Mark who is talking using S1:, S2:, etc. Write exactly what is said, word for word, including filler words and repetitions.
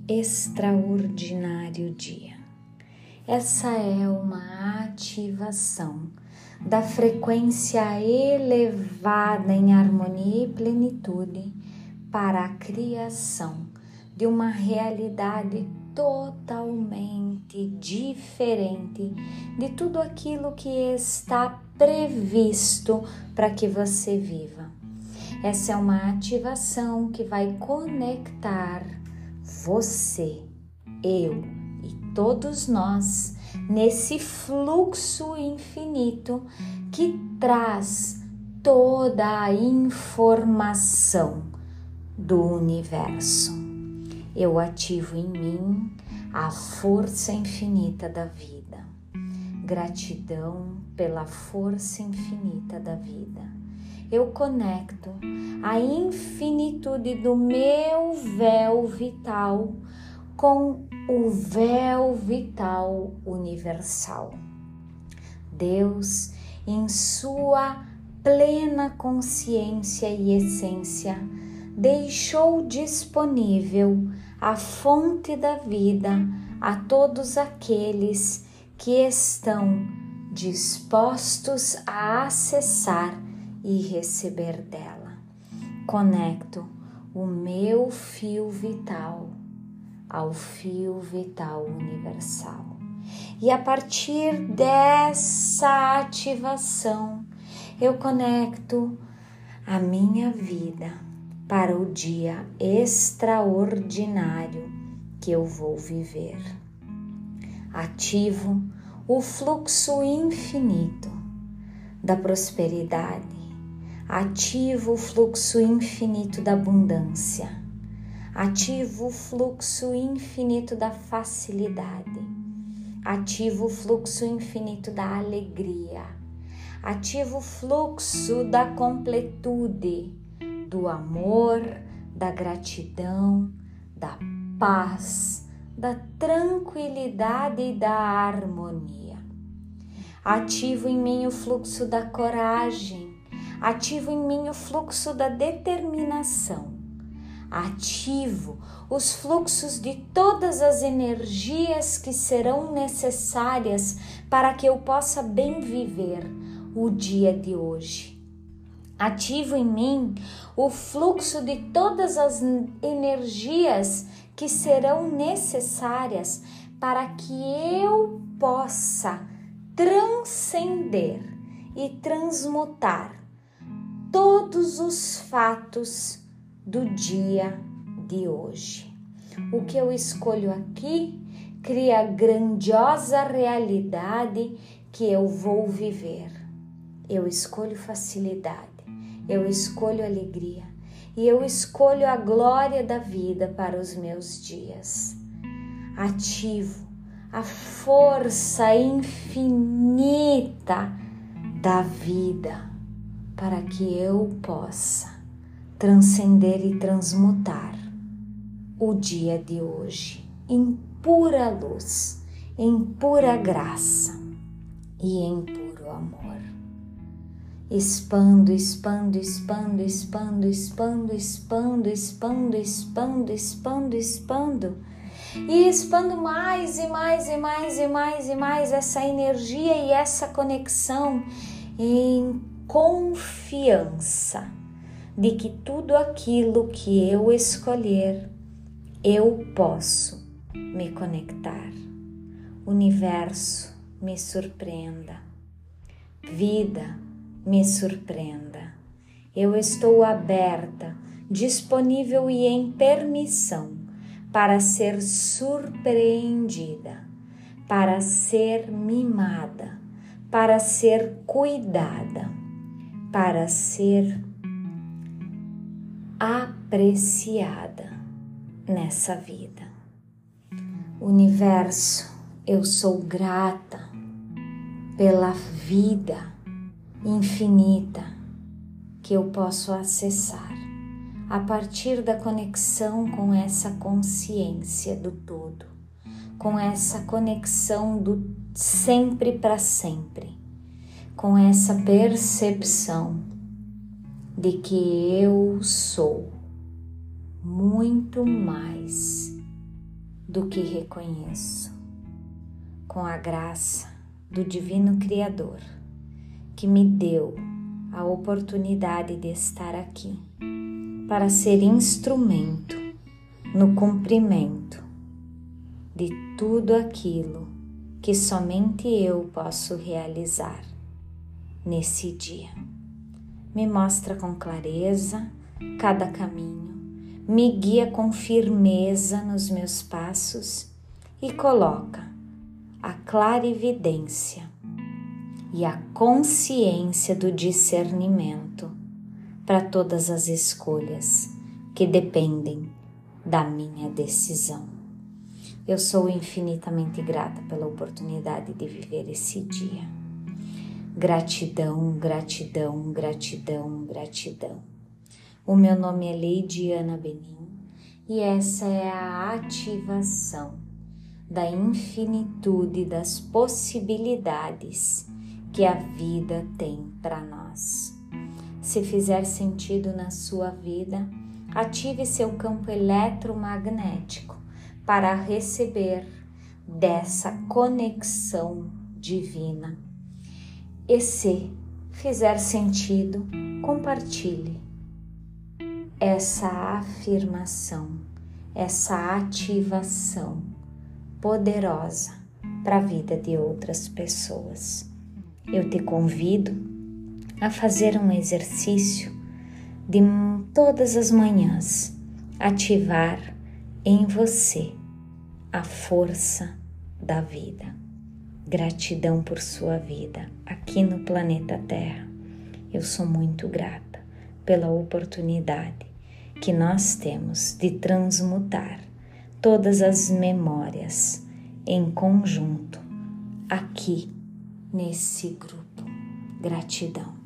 S1: extraordinário dia. Essa é uma ativação da frequência elevada em harmonia e plenitude para a criação de uma realidade totalmente diferente de tudo aquilo que está previsto para que você viva. Essa é uma ativação que vai conectar você, eu e todos nós nesse fluxo infinito que traz toda a informação do universo. Eu ativo em mim a força infinita da vida. Gratidão pela força infinita da vida. Eu conecto a infinitude do meu véu vital com o véu vital universal. Deus, em sua plena consciência e essência, deixou disponível a fonte da vida a todos aqueles que estão dispostos a acessar e receber dela. Conecto o meu fio vital ao fio vital universal. E a partir dessa ativação, eu conecto a minha vida para o dia extraordinário que eu vou viver. Ativo o fluxo infinito da prosperidade. Ativo o fluxo infinito da abundância. Ativo o fluxo infinito da facilidade. Ativo o fluxo infinito da alegria. Ativo o fluxo da completude, do amor, da gratidão, da paz, da tranquilidade e da harmonia. Ativo em mim o fluxo da coragem. Ativo em mim o fluxo da determinação. Ativo os fluxos de todas as energias que serão necessárias para que eu possa bem viver o dia de hoje. Ativo em mim o fluxo de todas as energias que serão necessárias para que eu possa transcender e transmutar todos os fatos do dia de hoje. O que eu escolho aqui cria a grandiosa realidade que eu vou viver. Eu escolho facilidade, eu escolho alegria e eu escolho a glória da vida para os meus dias. Ativo a força infinita da vida para que eu possa transcender e transmutar o dia de hoje em pura luz, em pura graça e em puro amor. Expando, expando, expando, expando, expando, expando, expando, expando, expando, expando e expando mais e mais e mais e mais e mais essa energia e essa conexão em confiança de que tudo aquilo que eu escolher, eu posso me conectar. Universo, me surpreenda. Vida, me surpreenda. Eu estou aberta, disponível e em permissão para ser surpreendida, para ser mimada, para ser cuidada, para ser apreciada nessa vida. Universo, eu sou grata pela vida infinita que eu posso acessar a partir da conexão com essa consciência do todo, com essa conexão do sempre para sempre, com essa percepção de que eu sou muito mais do que reconheço. Com a graça do Divino Criador, que me deu a oportunidade de estar aqui para ser instrumento no cumprimento de tudo aquilo que somente eu posso realizar nesse dia. Me mostra com clareza cada caminho, me guia com firmeza nos meus passos e coloca a clarividência e a consciência do discernimento para todas as escolhas que dependem da minha decisão. Eu sou infinitamente grata pela oportunidade de viver esse dia. Gratidão, gratidão, gratidão, gratidão. O meu nome é Leidiana Benim e essa é a ativação da infinitude das possibilidades que a vida tem para nós. Se fizer sentido na sua vida, ative seu campo eletromagnético para receber dessa conexão divina. E se fizer sentido, compartilhe essa afirmação, essa ativação poderosa para a vida de outras pessoas. Eu te convido a fazer um exercício de todas as manhãs, ativar em você a força da vida. Gratidão por sua vida aqui no planeta Terra. Eu sou muito grata pela oportunidade que nós temos de transmutar todas as memórias em conjunto aqui nesse grupo. Gratidão.